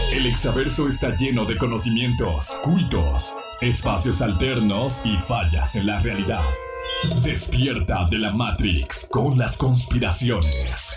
El Exaverso está lleno de conocimientos, cultos, espacios alternos y fallas en la realidad. Despierta de la Matrix con las conspiraciones.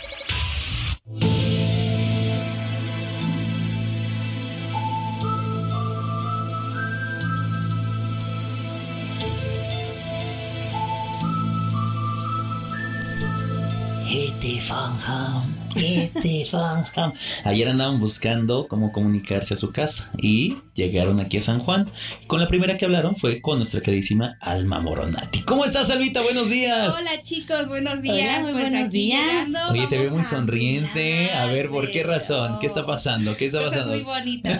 Farnham. Ayer andaban buscando cómo comunicarse a su casa y llegaron aquí a San Juan. Con la primera que hablaron fue con nuestra queridísima Alma Moronati. ¿Cómo estás, Almita? Buenos días. Hola, chicos, buenos días. Hola, muy buenos días. Llegando, Oye, te veo muy vamos sonriente. A ver, ¿por qué razón? ¿Qué está pasando? ¿Qué está Cosas pasando? muy bonitas.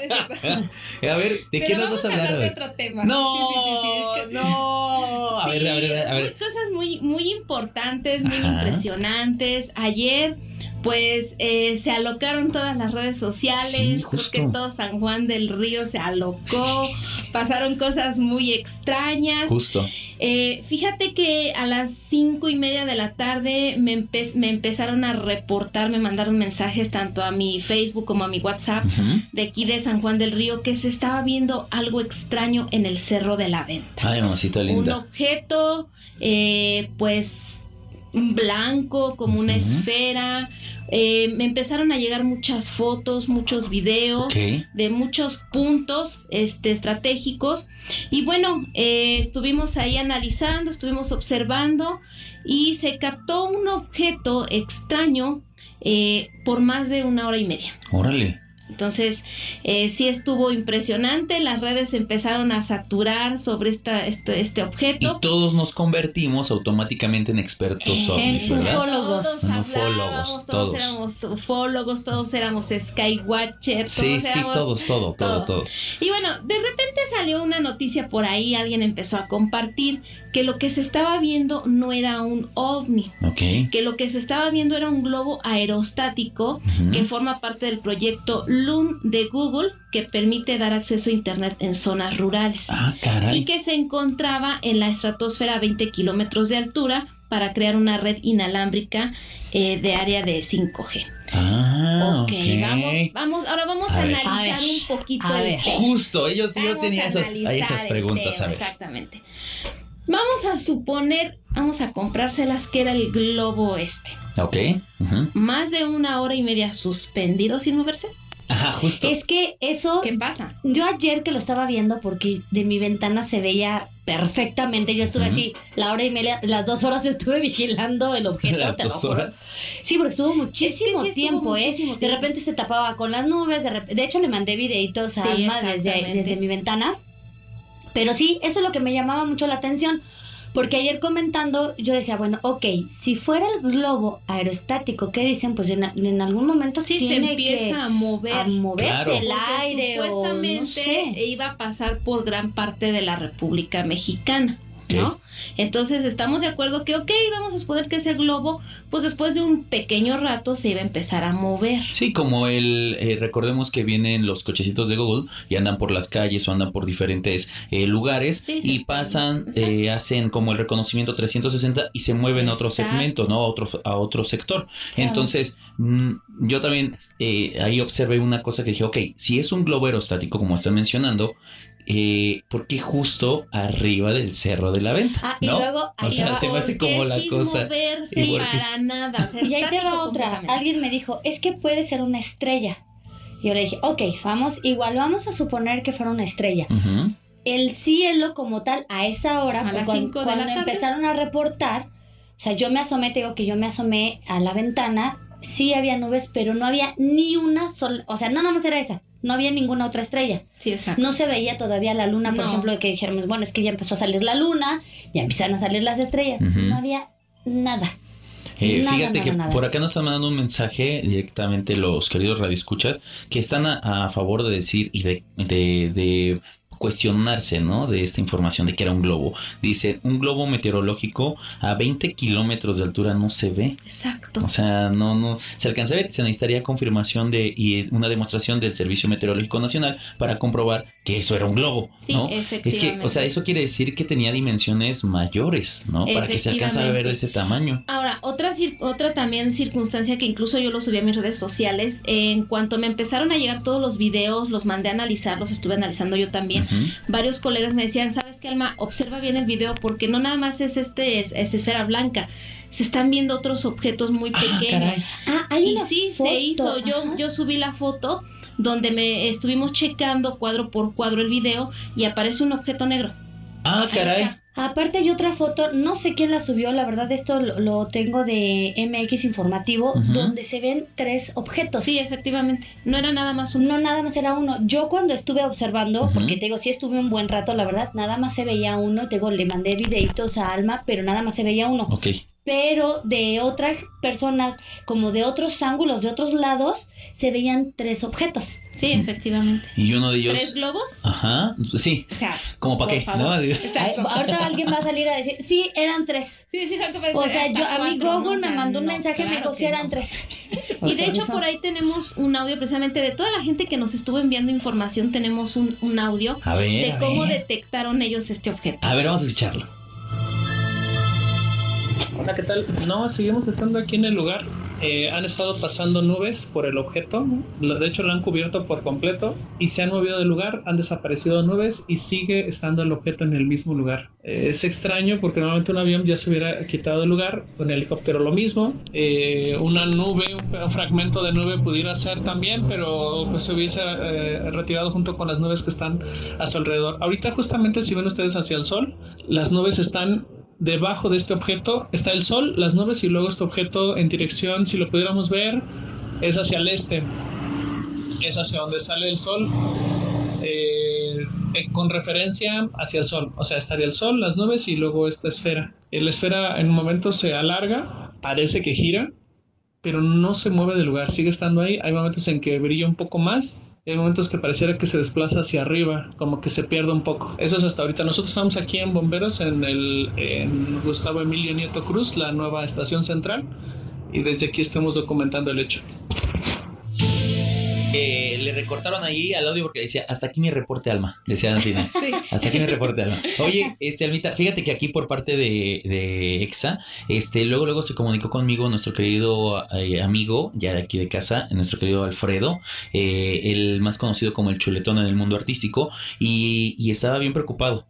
A ver, ¿de qué nos vas a hablar hoy? De otro tema. No, Sí. no. A ver. Cosas muy importantes, muy Ajá. impresionantes. Ayer, pues, se alocaron todas las redes sociales. Sí, justo. Creo que todo San Juan del Río se alocó. Pasaron cosas muy extrañas. Justo. Fíjate que a las 5:30 de la tarde me empezaron a reportar, me mandaron mensajes tanto a mi Facebook como a mi WhatsApp de aquí de San Juan del Río que se estaba viendo algo extraño en el Cerro de la Venta. Ay, mamacita linda. Un objeto, pues blanco, como una esfera. Me empezaron a llegar muchas fotos, muchos videos de muchos puntos estratégicos. Y bueno, estuvimos ahí analizando, estuvimos observando y se captó un objeto extraño por más de 1 hora y media. Órale. Entonces, sí estuvo impresionante. Las redes empezaron a saturar sobre este objeto. Y todos nos convertimos automáticamente en expertos ovnis, ¿verdad? Todos ufólogos, todos éramos ufólogos, todos éramos skywatchers, todo. Y bueno, de repente salió una noticia por ahí, alguien empezó a compartir que lo que se estaba viendo no era un ovni, que lo que se estaba viendo era un globo aerostático que forma parte del proyecto Loon de Google, que permite dar acceso a internet en zonas rurales. Ah, caray. Y que se encontraba en la estratosfera a 20 kilómetros de altura para crear una red inalámbrica de área de 5G. Vamos, ahora vamos a analizar un poquito el tema. Justo, yo tenía esas preguntas, a ver. Exactamente. Vamos a suponer, vamos a comprárselas que era el globo más de 1 hora y media suspendido sin moverse. Ajá, justo. Es que eso... ¿Qué pasa? Yo ayer que lo estaba viendo, porque de mi ventana se veía perfectamente, yo estuve así, la hora y media, las 2 horas estuve vigilando el objeto, ¿Las te lo 2 juro. horas? Sí, porque estuvo muchísimo tiempo, muchísimo De repente se tapaba con las nubes, de hecho le mandé videitos a Alma desde mi ventana. Pero sí, eso es lo que me llamaba mucho la atención. Porque ayer comentando, yo decía, bueno, si fuera el globo aerostático, ¿qué dicen? Pues en algún momento sí, tiene se empieza a moverse claro. el aire, supuestamente o no sé. iba a pasar por gran parte de la República Mexicana, ¿no? Entonces estamos de acuerdo que vamos a suponer que ese globo, pues después de un pequeño rato se iba a empezar a mover. Sí, como recordemos que vienen los cochecitos de Google y andan por las calles o andan por diferentes lugares y pasan, hacen como el reconocimiento 360 y se mueven a otro segmento, ¿no? A otro sector. Claro. Entonces, yo también ahí observé una cosa que dije, si es un globo aerostático, como están mencionando, ¿por qué justo arriba del Cerro de la Venta? ¿no? Y luego, se me hace como la sin cosa. Moverse para nada. O sea, y ahí te va otra. Alguien me dijo, es que puede ser una estrella. Y yo le dije, vamos a suponer que fuera una estrella. El cielo como tal, a esa hora, a las 5 de la tarde, cuando empezaron a reportar, o sea, yo me asomé a la ventana, sí había nubes, pero no había ni una sola, o sea, no nada más era esa. No había ninguna otra estrella. Sí, exacto. No se veía todavía la luna, por ejemplo, de que dijéramos, bueno, es que ya empezó a salir la luna, ya empiezan a salir las estrellas. No había nada. Fíjate que por acá nos están mandando un mensaje directamente los queridos radioescuchas que están a favor de decir y de cuestionarse, ¿no? De esta información de que era un globo. Dicen, un globo meteorológico a 20 kilómetros de altura no se ve. Exacto. O sea, no se alcanza a ver. Se necesitaría confirmación y una demostración del Servicio Meteorológico Nacional para comprobar que eso era un globo, ¿no? Sí, efectivamente. Es que, o sea, eso quiere decir que tenía dimensiones mayores, ¿no? Para que se alcanzara a ver de ese tamaño. Ahora, otra también circunstancia que incluso yo lo subí a mis redes sociales, en cuanto me empezaron a llegar todos los videos, los mandé a analizar, los estuve analizando yo también. Varios colegas me decían, ¿sabes qué, Alma? Observa bien el video porque no nada más es esfera blanca, se están viendo otros objetos muy pequeños. Hay una sí, foto. Se hizo. Yo subí la foto donde me estuvimos checando cuadro por cuadro el video y aparece un objeto negro. Caray. Aparte hay otra foto, no sé quién la subió, la verdad esto lo tengo de MX Informativo, donde se ven 3 objetos. Sí, efectivamente, no era nada más uno. No, nada más era uno. Yo cuando estuve observando, porque te digo, sí estuve un buen rato, la verdad, nada más se veía uno, te digo, le mandé videitos a Alma, pero nada más se veía uno. Ok. Pero de otras personas, como de otros ángulos, de otros lados, se veían 3 objetos. Sí, efectivamente. Y uno de ellos... ¿3 globos? Ajá, sí. O sea, ¿como para qué? favor. ¿No? Ahorita alguien va a salir a decir, sí, eran 3. Sí, O sea, a mí Google me mandó un mensaje y me dijo, sí, eran 3. Y de hecho, por ahí tenemos un audio precisamente de toda la gente que nos estuvo enviando información, tenemos un audio de cómo detectaron ellos este objeto. A ver, vamos a escucharlo. Hola, ¿qué tal? No, seguimos estando aquí en el lugar. Han estado pasando nubes por el objeto. De hecho, lo han cubierto por completo y se han movido del lugar. Han desaparecido nubes y sigue estando el objeto en el mismo lugar. Es extraño porque normalmente un avión ya se hubiera quitado del lugar. Un helicóptero lo mismo. Una nube, un fragmento de nube pudiera ser también, pero pues se hubiese retirado junto con las nubes que están a su alrededor. Ahorita justamente si ven ustedes hacia el sol, las nubes están debajo de este objeto, está el sol, las nubes y luego este objeto en dirección, si lo pudiéramos ver, es hacia el este, es hacia donde sale el sol, con referencia hacia el sol, o sea, estaría el sol, las nubes y luego esta esfera. La esfera en un momento se alarga, parece que gira, pero no se mueve del lugar, sigue estando ahí. Hay momentos en que brilla un poco más, hay momentos que pareciera que se desplaza hacia arriba, como que se pierde un poco. Eso es hasta ahorita. Nosotros estamos aquí en Bomberos, en Gustavo Emilio Nieto Cruz, la nueva estación central, y desde aquí estamos documentando el hecho. Le recortaron ahí al audio porque decía, hasta aquí mi reporte, Alma. Decía al final. Sí. Hasta aquí mi reporte, Alma. Oye, Almita, fíjate que aquí por parte de EXA, luego se comunicó conmigo nuestro querido amigo, ya de aquí de casa, nuestro querido Alfredo, el más conocido como el chuletón en el mundo artístico, y estaba bien preocupado.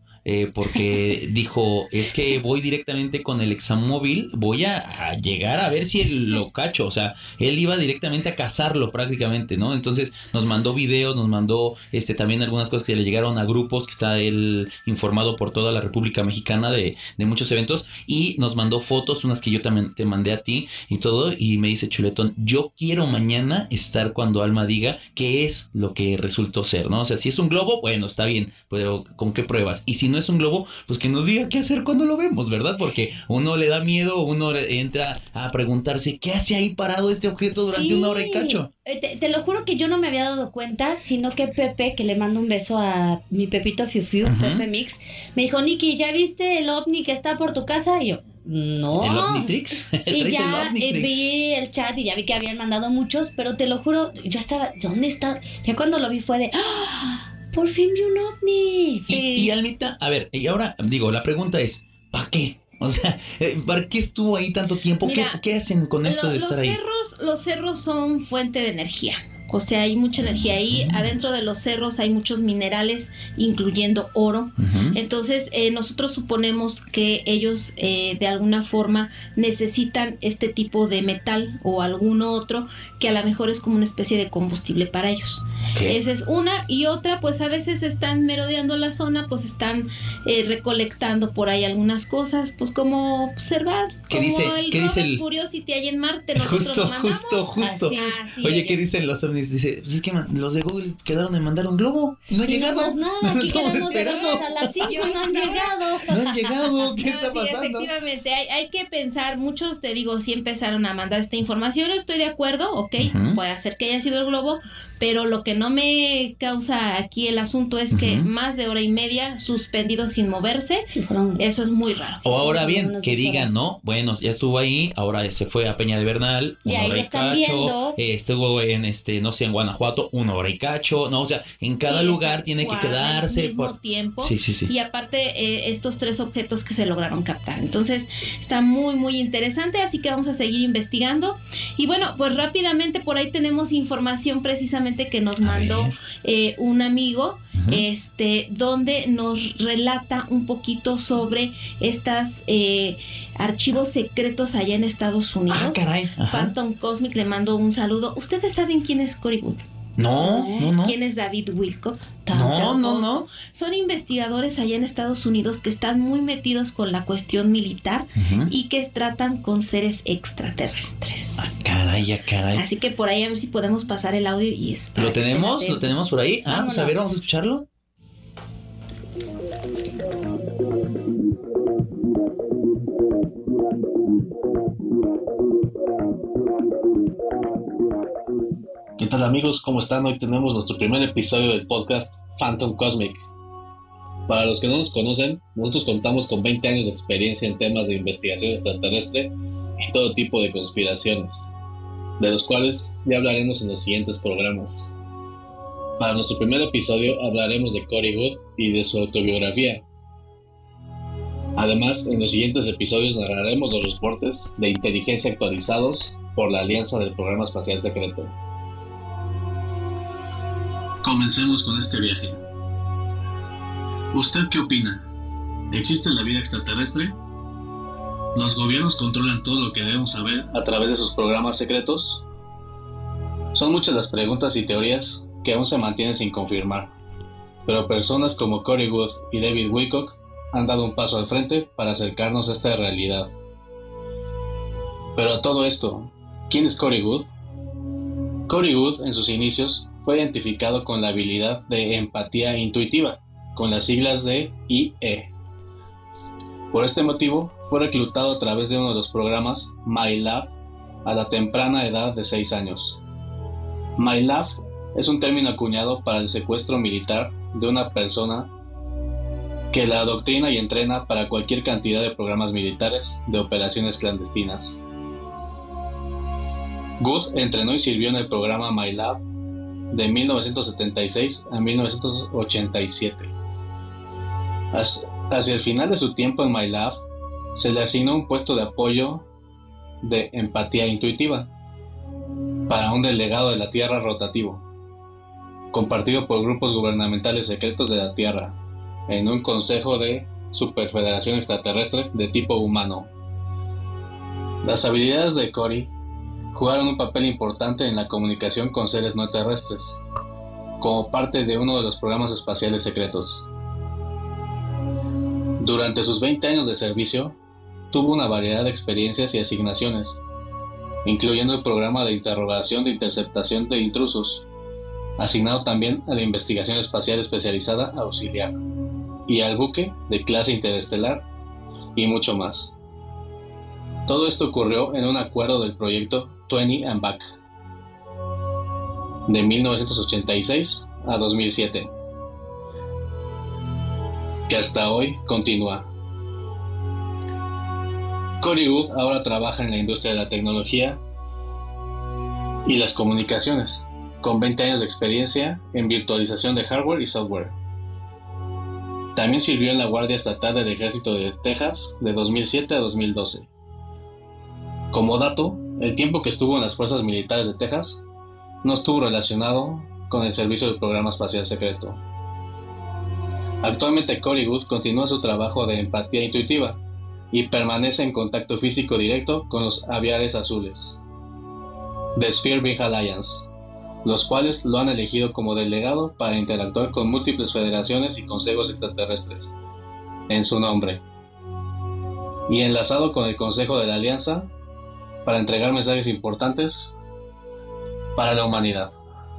Porque dijo, es que voy directamente con el examóvil, voy a llegar a ver si lo cacho, o sea, él iba directamente a cazarlo prácticamente, ¿no? Entonces nos mandó videos, nos mandó también algunas cosas que le llegaron a grupos, que está él informado por toda la República Mexicana de muchos eventos, y nos mandó fotos, unas que yo también te mandé a ti y todo, y me dice Chuletón, yo quiero mañana estar cuando Alma diga qué es lo que resultó ser, ¿no? O sea, si es un globo, bueno, está bien, pero ¿con qué pruebas? Y si no es un globo, pues que nos diga qué hacer cuando lo vemos, ¿verdad? Porque uno le da miedo, uno entra a preguntarse ¿qué hace ahí parado este objeto durante 1 hora y cacho? Te lo juro que yo no me había dado cuenta, sino que Pepe, que le mando un beso a mi Pepito Fiu Fiu, Pepe Mix, me dijo, Nikki, ¿ya viste el ovni que está por tu casa? Y yo, no. ¿El Omnitrix? Y ya vi el chat y ya vi que habían mandado muchos, pero te lo juro, yo estaba, ¿dónde está? Ya cuando lo vi fue de, ¡ah! Por fin vi un ovni. Sí. Y Almita, a ver, y ahora digo, la pregunta es, ¿para qué? O sea, ¿para qué estuvo ahí tanto tiempo? Mira, ¿Qué hacen con eso de estar ahí? Los cerros son fuente de energía. O sea, hay mucha energía ahí. Adentro de los cerros hay muchos minerales, incluyendo oro. Entonces, nosotros suponemos que ellos de alguna forma necesitan este tipo de metal o algún otro que a lo mejor es como una especie de combustible para ellos. Esa es una. Y otra, pues a veces están merodeando la zona, pues están recolectando por ahí algunas cosas, pues como observar. ¿Qué como dice el Curiosity ahí en Marte, nosotros lo mandamos. Justo. Oye, ¿qué dicen los ovnis? Dice, pues es que los de Google quedaron en mandar un globo. No ha llegado. No más nada, aquí quedamos a las 5 y no han llegado. No han llegado, ¿qué está pasando? Efectivamente, hay que pensar, muchos te digo, sí empezaron a mandar esta información, estoy de acuerdo, ok, puede ser que haya sido el globo, pero lo que no me causa aquí el asunto es que más de hora y media suspendido sin moverse. Sí, eso es muy raro. O ahora bien, que digan, ¿no? Bueno, ya estuvo ahí, ahora se fue a Peña de Bernal, una hora y cacho, estuvo en no sé, en Guanajuato, una hora y cacho, no, o sea, en cada lugar tiene que quedarse al mismo tiempo. Sí. Y aparte estos 3 objetos que se lograron captar. Entonces, está muy, muy interesante, así que vamos a seguir investigando. Y bueno, pues rápidamente por ahí tenemos información precisamente que nos mandó un amigo, donde nos relata un poquito sobre estas archivos secretos allá en Estados Unidos. Ah, caray. Phantom Cosmic, le mando un saludo. ¿Ustedes saben quién es Cory Wood? No. ¿Quién es David Wilcock? No. Son investigadores allá en Estados Unidos que están muy metidos con la cuestión militar y que tratan con seres extraterrestres. Ah, caray. Así que por ahí a ver si podemos pasar el audio y es para ¿Lo tenemos? ¿Lo tenemos por ahí? Pues a ver, vamos a escucharlo. ¿Qué tal amigos? ¿Cómo están? Hoy tenemos nuestro primer episodio del podcast Phantom Cosmic. Para los que no nos conocen, nosotros contamos con 20 años de experiencia en temas de investigación extraterrestre y todo tipo de conspiraciones, de los cuales ya hablaremos en los siguientes programas. Para nuestro primer episodio hablaremos de Cory Wood y de su autobiografía. Además, en los siguientes episodios narraremos los reportes de inteligencia actualizados por la Alianza del Programa Espacial Secreto. Comencemos con este viaje. ¿Usted qué opina? ¿Existe la vida extraterrestre? ¿Los gobiernos controlan todo lo que debemos saber a través de sus programas secretos? Son muchas las preguntas y teorías que aún se mantienen sin confirmar, pero personas como Cory Wood y David Wilcock han dado un paso al frente para acercarnos a esta realidad. Pero a todo esto, ¿quién es Cory Wood? Cory Wood en sus inicios fue identificado con la habilidad de empatía intuitiva, con las siglas de IE. Por este motivo, fue reclutado a través de uno de los programas MyLab a la temprana edad de 6 años. MyLab es un término acuñado para el secuestro militar de una persona que la adoctrina y entrena para cualquier cantidad de programas militares de operaciones clandestinas. Wood entrenó y sirvió en el programa MyLab de 1976 a 1987. Hacia el final de su tiempo en MyLab, se le asignó un puesto de apoyo de empatía intuitiva para un delegado de la Tierra rotativo, compartido por grupos gubernamentales secretos de la Tierra, en un consejo de superfederación extraterrestre de tipo humano. Las habilidades de Cory jugaron un papel importante en la comunicación con seres no terrestres, como parte de uno de los programas espaciales secretos. Durante sus 20 años de servicio, tuvo una variedad de experiencias y asignaciones, incluyendo el programa de interrogación de interceptación de intrusos, asignado también a la investigación espacial especializada auxiliar, y al buque de clase interestelar, y mucho más. Todo esto ocurrió en un acuerdo del proyecto 20 and Back, de 1986 a 2007, que hasta hoy continúa. Cory Wood ahora trabaja en la industria de la tecnología y las comunicaciones, con 20 años de experiencia en virtualización de hardware y software. También sirvió en la Guardia Estatal del Ejército de Texas de 2007 a 2012. Como dato, el tiempo que estuvo en las Fuerzas Militares de Texas no estuvo relacionado con el servicio del Programa Espacial Secreto. Actualmente Cory Wood continúa su trabajo de empatía intuitiva y permanece en contacto físico directo con los aviares azules The Sphere Big Alliance, los cuales lo han elegido como delegado para interactuar con múltiples federaciones y consejos extraterrestres en su nombre, y enlazado con el Consejo de la Alianza para entregar mensajes importantes para la humanidad.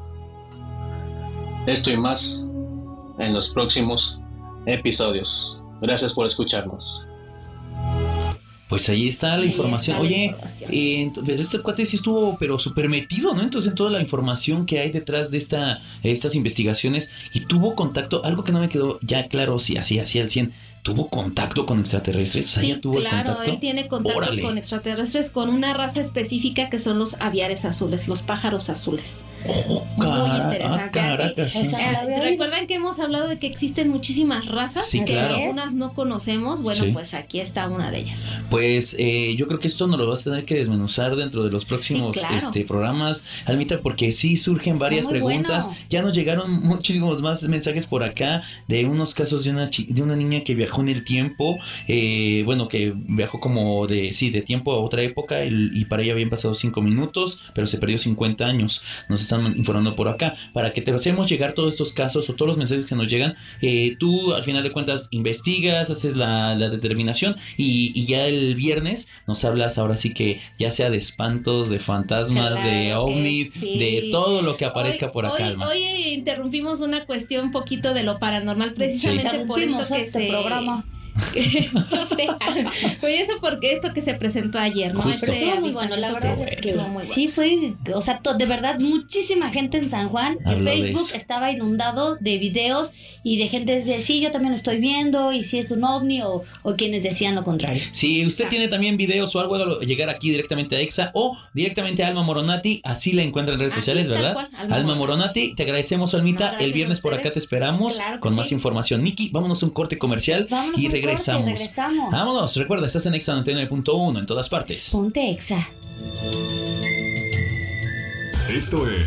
Esto y más en los próximos episodios. Gracias por escucharnos. Pues ahí está la información. Oye, pero este cuate sí estuvo, pero súper metido, ¿no? Entonces, en toda la información que hay detrás de estas investigaciones, y tuvo contacto, algo que no me quedó ya claro, si así al 100, ¿tuvo contacto con extraterrestres? O sea, sí, ¿ya tuvo claro, el contacto? Él tiene contacto con extraterrestres, con una raza específica que son los aviares azules, los pájaros azules. Muy interesante. ¿Recuerdan que hemos hablado de que existen muchísimas razas? Sí, que claro. algunas no conocemos. Bueno, pues aquí está una de ellas. Pues yo creo que esto nos lo vas a tener que desmenuzar dentro de los próximos programas, Almita, porque sí surgen varias preguntas. Bueno. Ya nos llegaron muchísimos más mensajes por acá de unos casos de una niña que viajó en el tiempo, bueno, que viajó como de tiempo a otra época y para ella habían pasado 5 minutos, pero se perdió 50 años. Nos están informando por acá. Para que te hacemos llegar todos estos casos o todos los mensajes que nos llegan, tú al final de cuentas investigas, haces la determinación y ya el viernes nos hablas ahora sí que ya sea de espantos, de fantasmas, de ovnis, de todo lo que aparezca por acá, Alma. Hoy interrumpimos una cuestión un poquito de lo paranormal, precisamente por esto que programa. Yo sé. Oye, eso porque esto que se presentó ayer, ¿no? Pero estuvo muy bueno, la verdad es que estuvo muy bueno. Sí fue, o sea, de verdad muchísima gente en San Juan. En Facebook estaba inundado de videos y de gente que decía, sí, yo también lo estoy viendo, y si es un ovni, o quienes decían lo contrario. Si usted tiene también videos o algo, hágalo llegar aquí directamente a Exa o directamente a Alma Moronati, así la encuentra en redes sociales, ¿verdad? Cual, Alma Moronati, te agradecemos, Almita. El viernes por acá te esperamos con más información. Niki, vámonos a un corte comercial y regresamos. Vámonos, recuerda, estás en Exa 99.1 en todas partes. Ponte Exa. Esto es